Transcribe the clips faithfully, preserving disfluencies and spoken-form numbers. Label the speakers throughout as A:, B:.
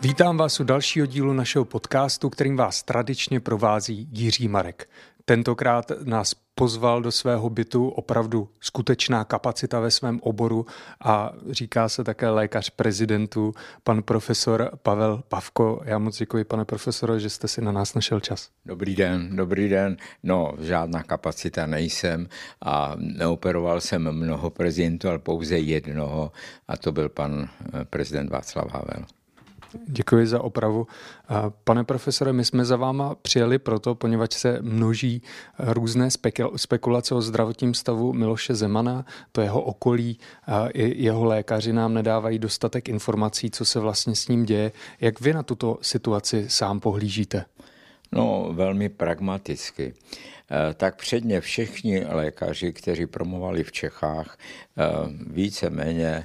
A: Vítám vás u dalšího dílu našeho podcastu, kterým vás tradičně provází Jiří Marek. Tentokrát nás pozval do svého bytu opravdu skutečná kapacita ve svém oboru a říká se také lékař prezidentů, pan profesor Pavel Pavko. Já moc děkuji, pane profesore, že jste si na nás našel čas.
B: Dobrý den, dobrý den. No, žádná kapacita nejsem a neoperoval jsem mnoho prezidentů, ale pouze jednoho a to byl pan prezident Václav Havel.
A: Děkuji za opravu. Pane profesore, my jsme za váma přijeli proto, poněvadž se množí různé spekulace o zdravotním stavu Miloše Zemana, to jeho okolí, i jeho lékaři nám nedávají dostatek informací, co se vlastně s ním děje. Jak vy na tuto situaci sám pohlížíte?
B: No, velmi pragmaticky. Tak předně všichni lékaři, kteří promovali v Čechách, víceméně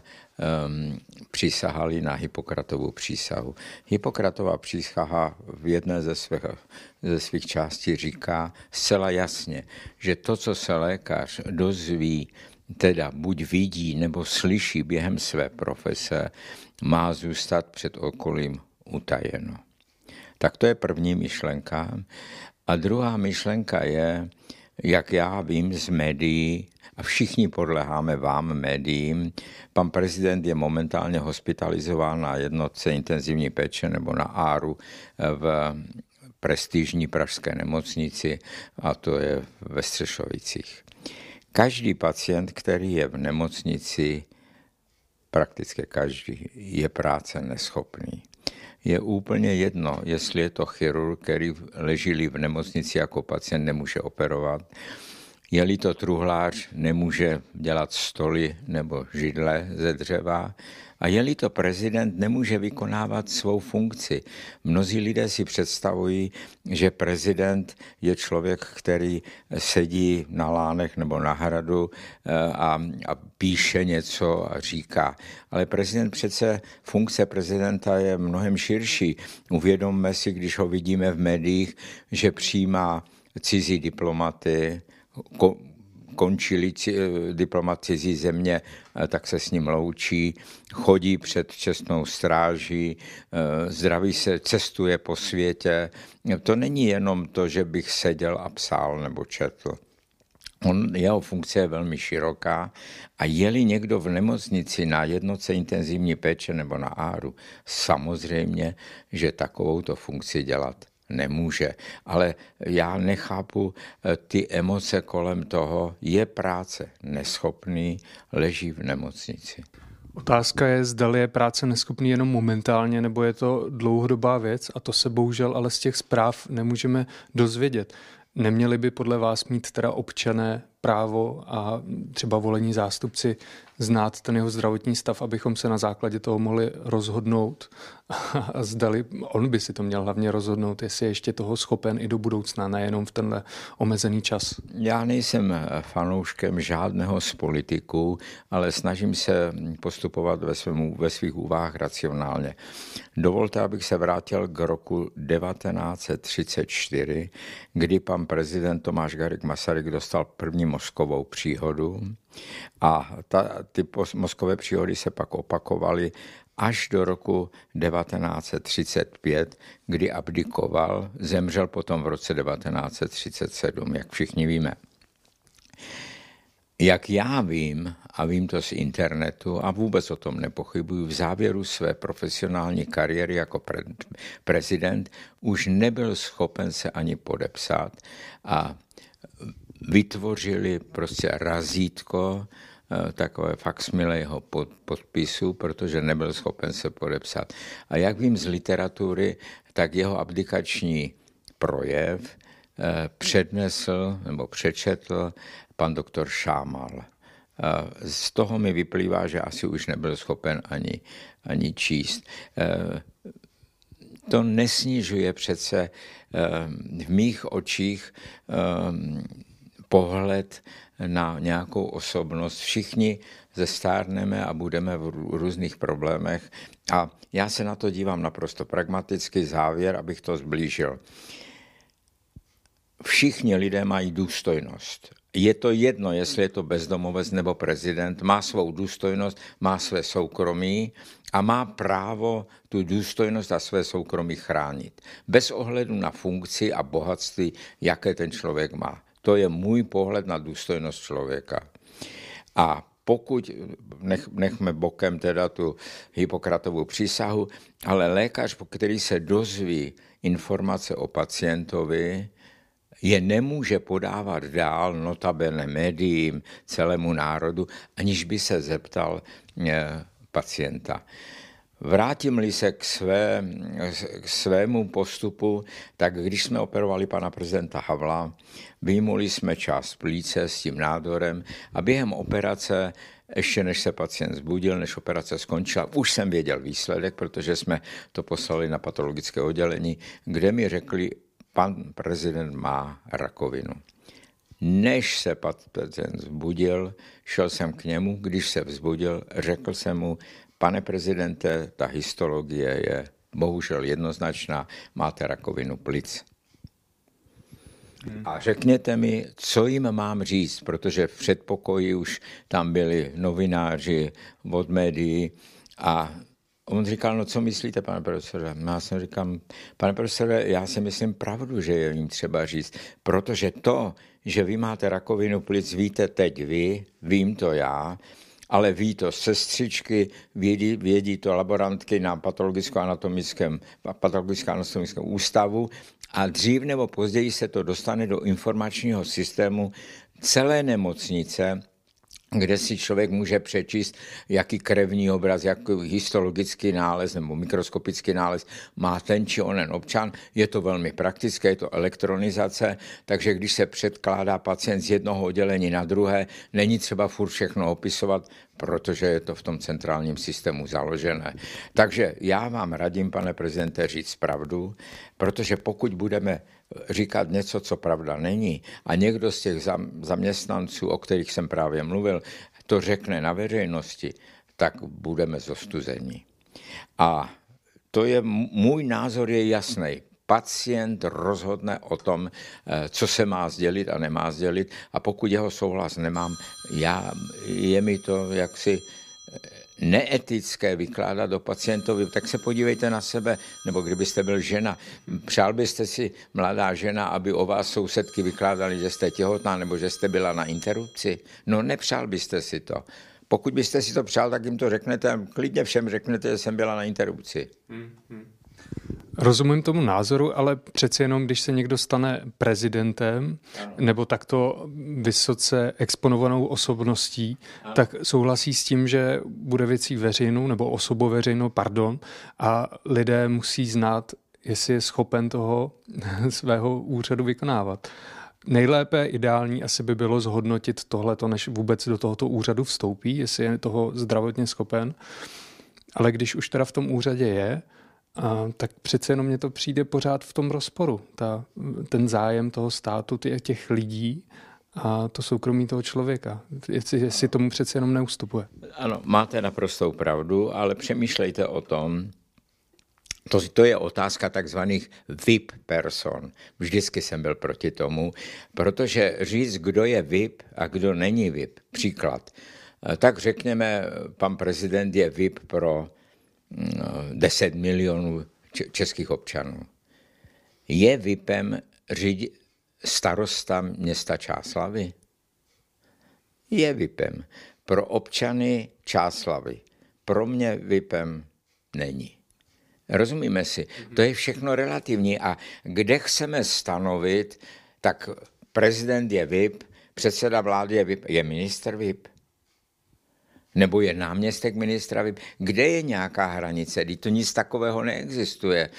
B: přísahali na Hippokratovu přísahu. Hippokratová přísaha v jedné ze svých, ze svých částí říká zcela jasně, že to, co se lékař dozví, teda buď vidí nebo slyší během své profese, má zůstat před okolím utajeno. Tak to je první myšlenka. A druhá myšlenka je, jak já vím z médií, a všichni podléháme vám, médiím, pan prezident je momentálně hospitalizován na jednotce intenzivní péče nebo na áru v prestižní pražské nemocnici, a to je ve Střešovicích. Každý pacient, který je v nemocnici, prakticky každý, je práce neschopný. Je úplně jedno, jestli je to chirurg, který leží v nemocnici jako pacient, nemůže operovat. Je-li to truhlář, nemůže dělat stoly nebo židle ze dřeva. A je-li to prezident, nemůže vykonávat svou funkci. Mnozí lidé si představují, že prezident je člověk, který sedí na lánech nebo na hradu a, a píše něco a říká. Ale prezident přece, funkce prezidenta je mnohem širší. Uvědomme si, když ho vidíme v médiích, že přijímá cizí diplomaty, končí diplomat cizí země, tak se s ním loučí, chodí před čestnou stráží, zdraví se, cestuje po světě. To není jenom to, že bych seděl a psal nebo četl. On, jeho funkce je velmi široká a je-li někdo v nemocnici na jednotce intenzivní péče nebo na áru, samozřejmě, že takovouto funkci dělat nemůže. Ale já nechápu ty emoce kolem toho. Je práce neschopný, leží v nemocnici.
A: Otázka je, zdali je práce neschopný jenom momentálně, nebo je to dlouhodobá věc a to se bohužel ale z těch zpráv nemůžeme dozvědět. Neměli by podle vás mít teda občané právo a třeba volení zástupci znát ten jeho zdravotní stav, abychom se na základě toho mohli rozhodnout a zdali on by si to měl hlavně rozhodnout, jestli je ještě toho schopen i do budoucna, nejenom v tenhle omezený čas.
B: Já nejsem fanouškem žádného z politiků, ale snažím se postupovat ve, svém, ve svých úvahách racionálně. Dovolte, abych se vrátil k roku devatenáct set třicet čtyři, kdy pan prezident Tomáš Garrigue Masaryk dostal první mozkovou příhodu a ta, ty mozkové příhody se pak opakovaly až do roku devatenáct set třicet pět, kdy abdikoval, zemřel potom v roce devatenáct set třicet sedm, jak všichni víme. Jak já vím, a vím to z internetu a vůbec o tom nepochybuji, v závěru své profesionální kariéry jako pre- prezident už nebyl schopen se ani podepsat a vytvořili prostě razítko, takové faxmile jeho podpisu, protože nebyl schopen se podepsat. A jak vím z literatury, tak jeho abdikační projev přednesl nebo přečetl pan doktor Šámal. Z toho mi vyplývá, že asi už nebyl schopen ani, ani číst. To nesnižuje přece v mých očích pohled na nějakou osobnost. Všichni zestárneme a budeme v různých problémech. A já se na to dívám naprosto pragmaticky. Závěr, abych to zblížil. Všichni lidé mají důstojnost. je to jedno, jestli je to bezdomovec nebo prezident, má svou důstojnost, má své soukromí a má právo tu důstojnost a své soukromí chránit. Bez ohledu na funkci a bohatství, jaké ten člověk má. To je můj pohled na důstojnost člověka. A pokud, nech, nechme bokem teda tu Hippokratovu přísahu, ale lékař, který se dozví informace o pacientovi, je nemůže podávat dál notabene médiím, celému národu, aniž by se zeptal eh, pacienta. Vrátím-li se k, své, k svému postupu, tak když jsme operovali pana prezidenta Havla, vyjmuli jsme část plíce s tím nádorem a během operace, ještě než se pacient zbudil, než operace skončila, už jsem věděl výsledek, protože jsme to poslali na patologické oddělení, kde mi řekli, pan prezident má rakovinu. Než se pacient vzbudil, šel jsem k němu, když se vzbudil, řekl jsem mu, pane prezidente, ta histologie je bohužel jednoznačná, máte rakovinu plic. A řekněte mi, co jim mám říct, protože v předpokoji už tam byli novináři od médií a on říkal, no co myslíte, pane profesore? Já jsem říkal, pane profesore, já si myslím pravdu, že je jim třeba říct, protože to, že vy máte rakovinu plic, víte teď vy, vím to já, ale ví to sestřičky, vědí, vědí to laborantky na patologicko-anatomickém, patologicko-anatomickém ústavu a dřív nebo později se to dostane do informačního systému celé nemocnice, kde si člověk může přečíst, jaký krevní obraz, jaký histologický nález nebo mikroskopický nález má ten či onen občan. Je to velmi praktické, je to elektronizace, takže když se předkládá pacient z jednoho oddělení na druhé, není třeba furt všechno opisovat, protože je to v tom centrálním systému založené. Takže já vám radím, pane prezidente, říct pravdu, protože pokud budeme říkat něco, co pravda není, a někdo z těch zaměstnanců, o kterých jsem právě mluvil, to řekne na veřejnosti, tak budeme zostuzeni. A to je, můj názor je jasný. Pacient rozhodne o tom, co se má sdělit a nemá sdělit, a pokud jeho souhlas nemám, já, je mi to jaksi neetické vykládat do pacientovi, tak se podívejte na sebe, nebo kdybyste byl žena, přál byste si, mladá žena, aby o vás sousedky vykládali, že jste těhotná, nebo že jste byla na interrupci? No nepřál byste si to. Pokud byste si to přál, tak jim to řeknete, klidně všem řeknete, že jsem byla na interrupci.
A: Hmm, hmm. Rozumím tomu názoru, ale přeci jenom, když se někdo stane prezidentem ano. nebo takto vysoce exponovanou osobností, ano. tak souhlasí s tím, že bude věcí veřejnou nebo osobou veřejnou, pardon, a lidé musí znát, jestli je schopen toho svého úřadu vykonávat. Nejlépe, ideální asi by bylo zhodnotit tohleto, než vůbec do tohoto úřadu vstoupí, jestli je toho zdravotně schopen. Ale když už teda v tom úřadě je, a tak přece jenom mně to přijde pořád v tom rozporu. Ta, ten zájem toho státu, těch lidí a to soukromí toho člověka. Jestli, jestli tomu přece jenom neustupuje.
B: Ano, máte naprostou pravdu, ale přemýšlejte o tom, to, to je otázka takzvaných V I P person. Vždycky jsem byl proti tomu, protože říct, kdo je V I P a kdo není V I P. Příklad. Tak řekněme, pan prezident je V I P pro deset milionů českých občanů. Je VIPem řidi, starosta města Čáslavi? Je VIPem. Pro občany Čáslavy. Pro mě VIPem není. Rozumíme si? To je všechno relativní. A kde chceme stanovit, tak prezident je V I P, předseda vlády je V I P, je ministr V I P? Nebo je náměstek ministra V I P? Kde je nějaká hranice? Když to nic takového neexistuje.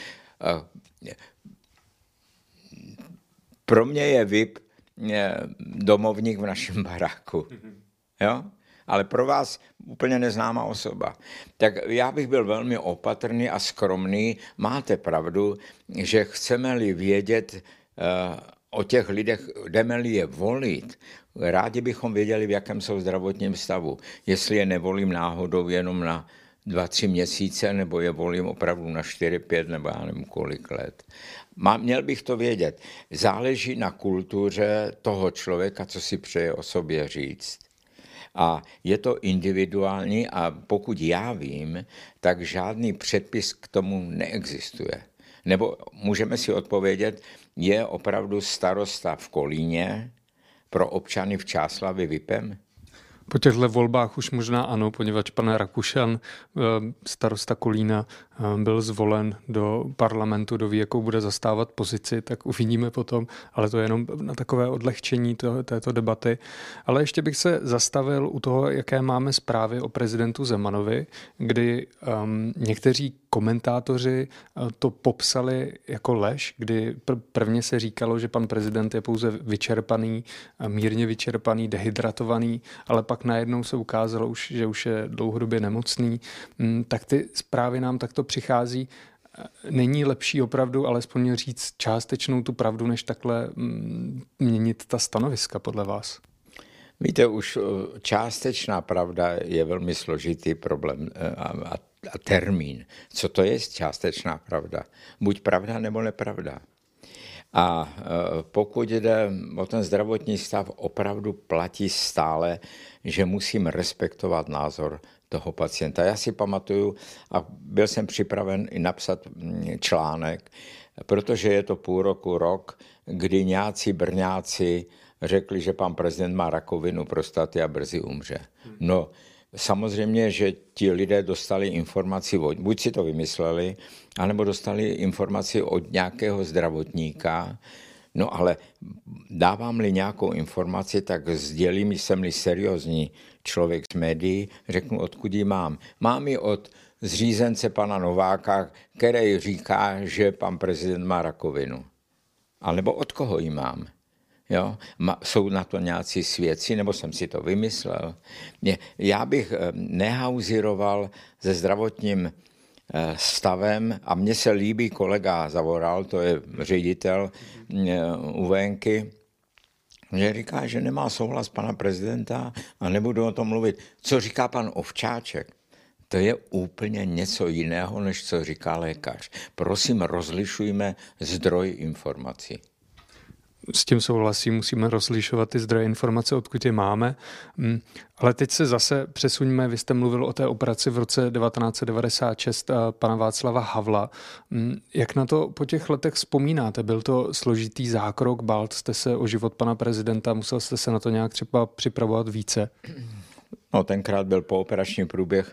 B: Pro mě je V I P domovník v našem baráku. Jo? Ale pro vás úplně neznámá osoba. Tak já bych byl velmi opatrný a skromný. Máte pravdu, že chceme-li vědět o těch lidech, jdeme-li je volit, rádi bychom věděli, v jakém jsou zdravotním stavu. Jestli je nevolím náhodou jenom na dva, tři měsíce, nebo je volím opravdu na čtyři, pět, nebo já nevím kolik let. Má, měl bych to vědět. Záleží na kultuře toho člověka, co si přeje o sobě říct. A je to individuální a pokud já vím, tak žádný předpis k tomu neexistuje. Nebo můžeme si odpovědět, je opravdu starosta v Kolíně pro občany v Čáslavi V I Pem?
A: Po těchto volbách už možná ano, poněvadž pan Rakušan, starosta Kolína, byl zvolen do parlamentu, kdo ví, jakou bude zastávat pozici, tak uvidíme potom, ale to je jenom na takové odlehčení to, této debaty. Ale ještě bych se zastavil u toho, jaké máme zprávy o prezidentu Zemanovi, kdy um, někteří komentátoři to popsali jako lež, kdy pr- prvně se říkalo, že pan prezident je pouze vyčerpaný, mírně vyčerpaný, dehydratovaný, ale pak najednou se ukázalo, už, že už je dlouhodobě nemocný. Tak ty zprávy nám takto přichází. Není lepší opravdu alespoň říct částečnou tu pravdu, než takhle měnit ta stanoviska podle vás?
B: Víte, už částečná pravda je velmi složitý problém a, a, a termín. Co to je částečná pravda? Buď pravda, nebo nepravda. A pokud jde o ten zdravotní stav, opravdu platí stále, že musím respektovat názor toho pacienta. Já si pamatuju a byl jsem připraven i napsat článek, protože je to půl roku, rok, kdy nějací Brňáci řekli, že pan prezident má rakovinu prostaty a brzy umře. No, samozřejmě, že ti lidé dostali informaci, buď si to vymysleli, anebo dostali informaci od nějakého zdravotníka. No ale dávám-li nějakou informaci, tak sdělím, jsem-li seriózní člověk z médií, řeknu, odkud ji mám. Mám ji od zřízence pana Nováka, který říká, že pan prezident má rakovinu. A nebo od koho ji mám? Jo? Jsou na to nějací svědci, nebo jsem si to vymyslel? Já bych nehauziroval se zdravotním stavem a mně se líbí kolega Zavoral, to je ředitel U V Nky, že říká, že nemá souhlas pana prezidenta a nebudu o tom mluvit. Co říká pan Ovčáček? To je úplně něco jiného, než co říká lékař. Prosím, rozlišujme zdroj informací.
A: S tím souhlasím, musíme rozlišovat ty zdroje informace, odkud je máme. Ale teď se zase přesuňme, vy jste mluvil o té operaci v roce devatenáct set devadesát šest pana Václava Havla. Jak na to po těch letech vzpomínáte? Byl to složitý zákrok, bál jste se o život pana prezidenta, musel jste se na to nějak třeba připravovat více?
B: No, tenkrát byl pooperační průběh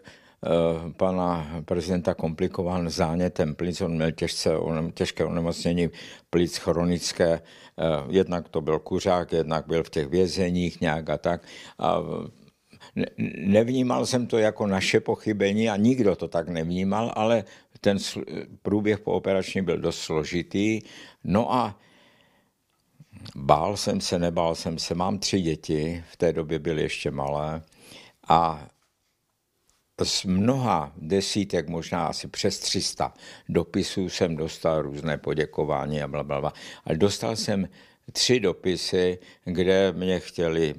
B: pana prezidenta komplikován zánětem plic, on měl těžce, těžké onemocnění plic chronické, jednak to byl kuřák, jednak byl v těch vězeních nějak a tak. A nevnímal jsem to jako naše pochybení a nikdo to tak nevnímal, ale ten průběh pooperační byl dost složitý. No a bál jsem se, nebál jsem se, mám tři děti, v té době byly ještě malé a z mnoha desítek, možná asi přes tři sta dopisů jsem dostal různé poděkování a blablabla. Ale dostal jsem tři dopisy, kde mě chtěli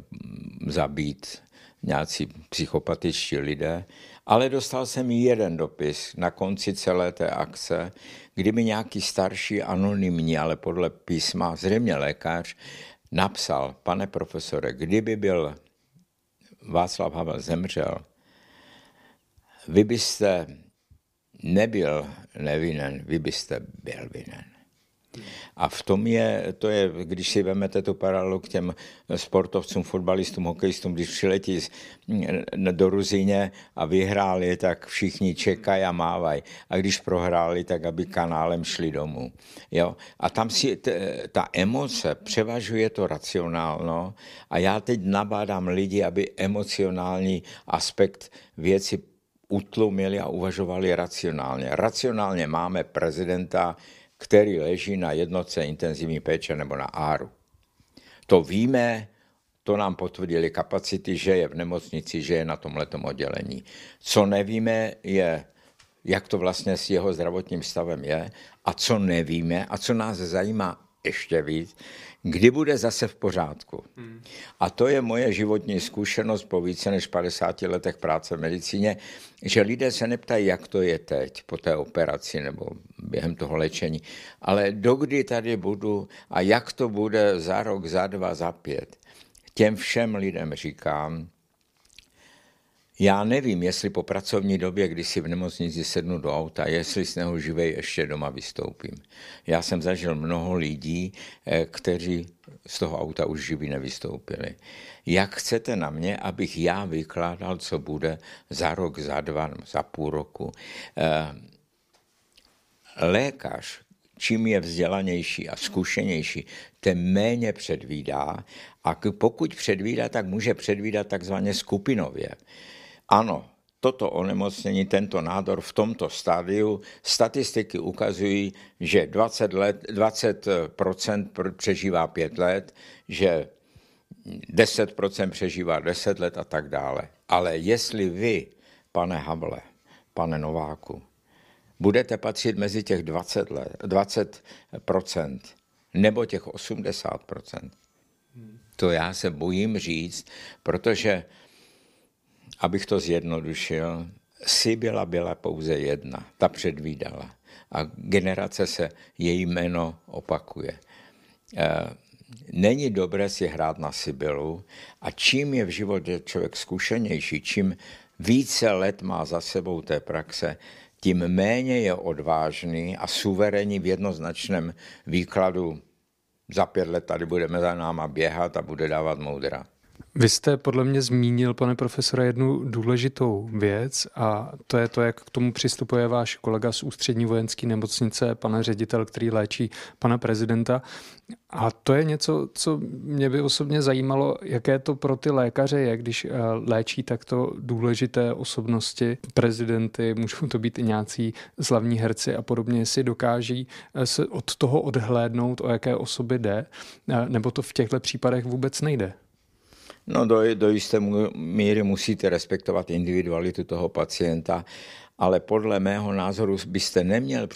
B: zabít nějací psychopatičtí lidé, ale dostal jsem jeden dopis na konci celé té akce, kdy mi nějaký starší anonymní, ale podle písma, zřejmě lékař, napsal: pane profesore, kdyby byl Václav Havel zemřel, vy byste nebyl nevinen, vy byste byl vinen. A v tom je, to je, když si vezmete tu paralelu k těm sportovcům, fotbalistům, hokejistům, když přiletí do Ruzyně a vyhráli, tak všichni čekají a mávají. A když prohráli, tak aby kanálem šli domů. Jo? A tam si t, ta emoce převažuje to racionálno a já teď nabádám lidi, aby emocionální aspekt věci utlumili a uvažovali racionálně. Racionálně máme prezidenta, který leží na jednotce intenzivní péče nebo na áru. To víme, to nám potvrdili kapacity, že je v nemocnici, že je na tomhletom oddělení. Co nevíme, je, jak to vlastně s jeho zdravotním stavem je, a co nevíme a co nás zajímá ještě víc, kdy bude zase v pořádku. Hmm. A to je moje životní zkušenost po více než padesáti letech práce v medicíně, že lidé se neptají, jak to je teď po té operaci nebo během toho léčení, ale dokdy tady budu a jak to bude za rok, za dva, za pět. Těm všem lidem říkám, já nevím, jestli po pracovní době, kdy si v nemocnici sednu do auta, jestli z něho živej ještě doma vystoupím. Já jsem zažil mnoho lidí, kteří z toho auta už živí nevystoupili. Jak chcete na mě, abych já vykládal, co bude za rok, za dva, za půl roku? Lékař, čím je vzdělanější a zkušenější, tím méně předvídá a pokud předvídá, tak může předvídat takzvaně skupinově. Ano, toto onemocnění, tento nádor v tomto stádiu, statistiky ukazují, že dvacet let, dvacet procent přežívá pět let, že deset procent přežívá deset let a tak dále. Ale jestli vy, pane Havle, pane Nováku, budete patřit mezi těch dvacet let, dvacet procent nebo těch osmdesát procent, to já se bojím říct, protože abych to zjednodušil, Sibylla byla pouze jedna, ta předvídala. A generace se její jméno opakuje. Není dobré si hrát na Sibyllu a čím je v životě člověk zkušenější, čím více let má za sebou té praxe, tím méně je odvážný a suverénní v jednoznačném výkladu. Za pět let tady budeme za náma běhat a bude dávat moudra.
A: Vy jste podle mě zmínil, pane profesore, jednu důležitou věc a to je to, jak k tomu přistupuje váš kolega z ústřední vojenské nemocnice, pan ředitel, který léčí pana prezidenta. A to je něco, co mě by osobně zajímalo, jaké to pro ty lékaře je, když léčí takto důležité osobnosti, prezidenty, můžou to být i nějací slavní herci a podobně, jestli dokáží se od toho odhlédnout, o jaké osoby jde, nebo to v těchto případech vůbec nejde.
B: No do, do jisté míry musíte respektovat individualitu toho pacienta, ale podle mého názoru byste neměl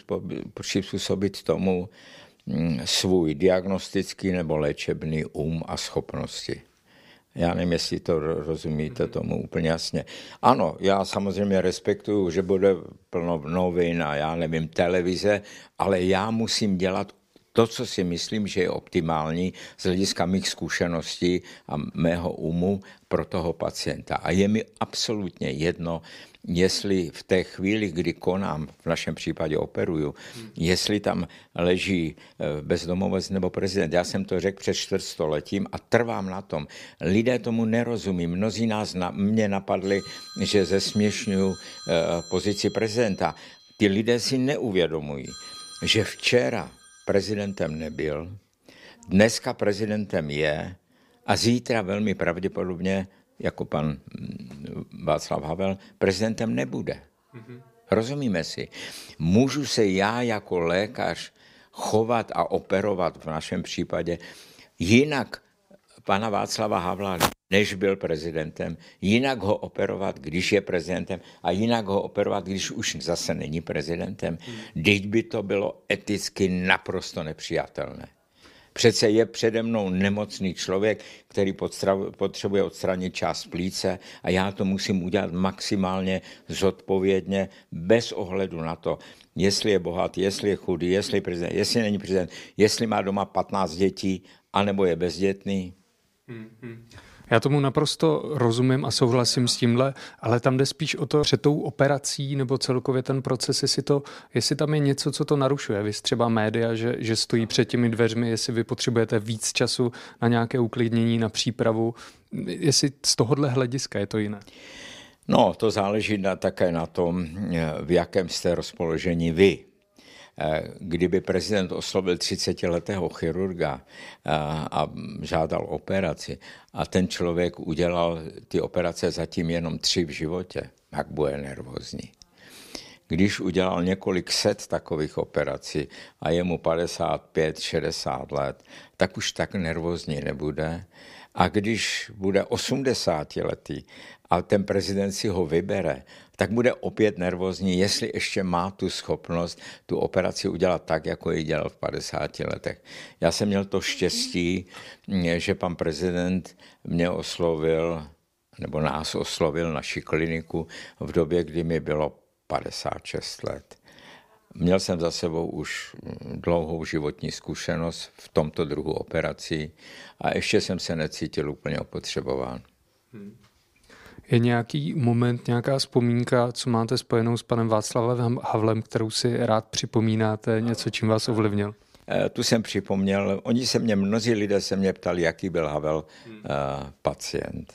B: přizpůsobit tomu svůj diagnostický nebo léčebný um a schopnosti. Já nevím, jestli to rozumíte tomu úplně jasně. Ano, já samozřejmě respektuju, že bude plno novin a já nevím, televize, ale já musím dělat to, co si myslím, že je optimální z hlediska mých zkušeností a mého umu pro toho pacienta. A je mi absolutně jedno, jestli v té chvíli, kdy konám, v našem případě operuju, hmm. jestli tam leží bezdomovec nebo prezident. Já jsem to řekl před čtvrtstoletím a trvám na tom. Lidé tomu nerozumí. Mnozí nás na, mě napadli, že zesměšňuju eh, pozici prezidenta. Ty lidé si neuvědomují, že včera prezidentem nebyl, dneska prezidentem je a zítra velmi pravděpodobně, jako pan Václav Havel, prezidentem nebude. Mm-hmm. Rozumíme si? Můžu se já jako lékař chovat a operovat v našem případě jinak pana Václava Havla, než byl prezidentem, jinak ho operovat, když je prezidentem a jinak ho operovat, když už zase není prezidentem. Vždyť by to bylo eticky naprosto nepřijatelné. Přece je přede mnou nemocný člověk, který potřebuje odstranit část plíce a já to musím udělat maximálně zodpovědně, bez ohledu na to, jestli je bohatý, jestli je chudý, jestli je prezident, jestli není prezident, jestli má doma patnáct dětí, anebo je bezdětný.
A: Hmm. Já tomu naprosto rozumím a souhlasím s tímhle, ale tam jde spíš o to před tou operací nebo celkově ten proces, jestli, to, jestli tam je něco, co to narušuje. Vy třeba média, že, že stojí před těmi dveřmi, jestli vy potřebujete víc času na nějaké uklidnění, na přípravu, jestli z tohohle hlediska je to jiné.
B: No, to záleží na, také na tom, v jakém jste rozpoložení vy. Kdyby prezident oslovil třicetiletého chirurga a žádal operaci a ten člověk udělal ty operace zatím jenom tři v životě, tak bude nervózní. když udělal několik set takových operací a je mu padesát pět šedesát let, tak už tak nervózní nebude. A když bude osmdesátiletý a ten prezident si ho vybere, tak bude opět nervózní, jestli ještě má tu schopnost tu operaci udělat tak, jako ji dělal v padesáti letech. Já jsem měl to štěstí, že pan prezident mě oslovil, nebo nás oslovil, naši kliniku, v době, kdy mi bylo padesát šest let. Měl jsem za sebou už dlouhou životní zkušenost v tomto druhu operací a ještě jsem se necítil úplně opotřebován.
A: Je nějaký moment, nějaká vzpomínka, co máte spojenou s panem Václavem Havlem, kterou si rád připomínáte, něco, čím vás ovlivnil?
B: Tu jsem připomněl. Oni se mě, mnozí lidé se mě ptali, jaký byl Havel hmm. uh, pacient.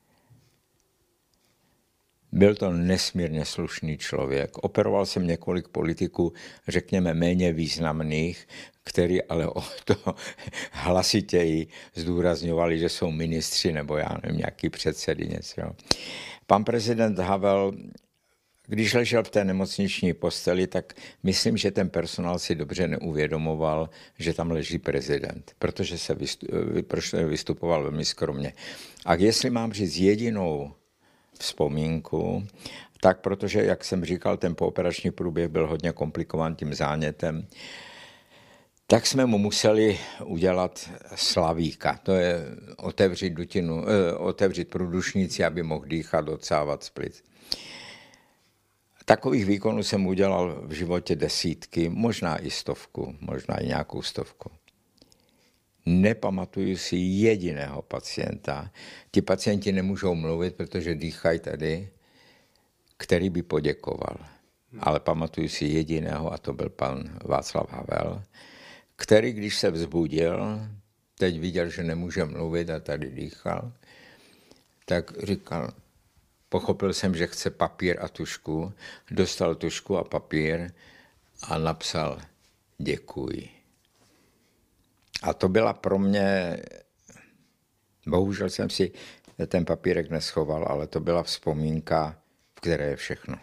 B: Byl to nesmírně slušný člověk. Operoval jsem několik politiků, řekněme méně významných, který ale o to hlasitěji zdůrazňovali, že jsou ministři nebo já nevím, nějaký předsedy, něco. Pan prezident Havel, když ležel v té nemocniční posteli, tak myslím, že ten personál si dobře neuvědomoval, že tam leží prezident, protože se vystupoval velmi skromně. A jestli mám říct jedinou vzpomínku, tak protože, jak jsem říkal, ten pooperační průběh byl hodně komplikován tím zánětem, tak jsme mu museli udělat slavíka. To je otevřít dutinu, eh, otevřít průdušnici, aby mohl dýchat, odsávat z plic. Takových výkonů jsem udělal v životě desítky, možná i stovku, možná i nějakou stovku. Nepamatuju si jediného pacienta. Ti pacienti nemůžou mluvit, protože dýchají tady, který by poděkoval. Ale pamatuju si jediného, a to byl pan Václav Havel, který, když se vzbudil, teď viděl, že nemůže mluvit a tady dýchal, tak říkal, pochopil jsem, že chce papír a tužku, dostal tužku a papír a napsal děkuji. A to byla pro mě, bohužel jsem si ten papírek neschoval, ale to byla vzpomínka, v které je všechno.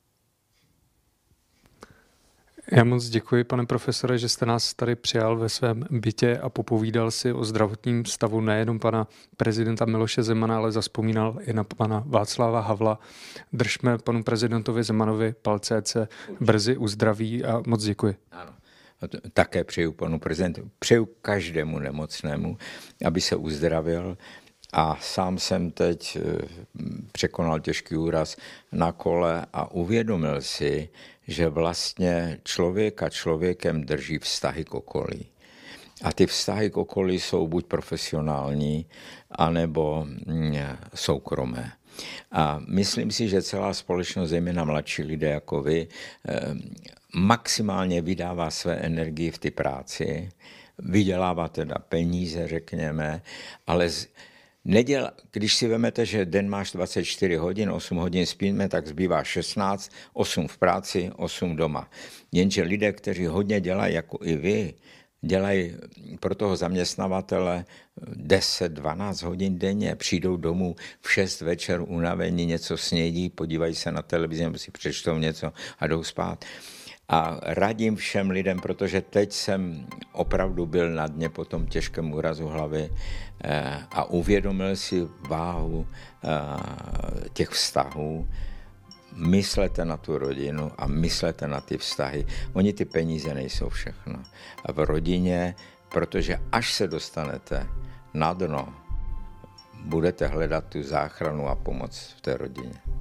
A: Já moc děkuji, pane profesore, že jste nás tady přijal ve svém bytě a popovídal si o zdravotním stavu nejenom pana prezidenta Miloše Zemana, ale zazpomínal i na pana Václava Havla. Držme panu prezidentovi Zemanovi palce, ať se brzy uzdraví a moc děkuji.
B: Ano. Také přeju panu prezidentu, přeju každému nemocnému, aby se uzdravil. A sám jsem teď překonal těžký úraz na kole a uvědomil si, že vlastně člověka člověkem drží vztahy k okolí. A ty vztahy k okolí jsou buď profesionální, anebo soukromé. A myslím si, že celá společnost, zejména mladší lidé jako vy, maximálně vydává své energii v té práci, vydělává teda peníze, řekněme, ale z, neděl, když si vemete, že den máš dvacet čtyři hodin, osm hodin spíme, tak zbývá šestnáct, osm v práci, osm doma. Jenže lidé, kteří hodně dělají, jako i vy, dělají pro toho zaměstnavatele deset dvanáct hodin denně, přijdou domů v šest večer unavení, něco snědí, podívají se na televizi nebo si přečtou něco a jdou spát. A radím všem lidem, protože teď jsem opravdu byl na dně po tom těžkém úrazu hlavy a uvědomil si váhu těch vztahů. Myslete na tu rodinu a myslete na ty vztahy. Oni ty peníze nejsou všechno. A v rodině, protože až se dostanete na dno, budete hledat tu záchranu a pomoc v té rodině.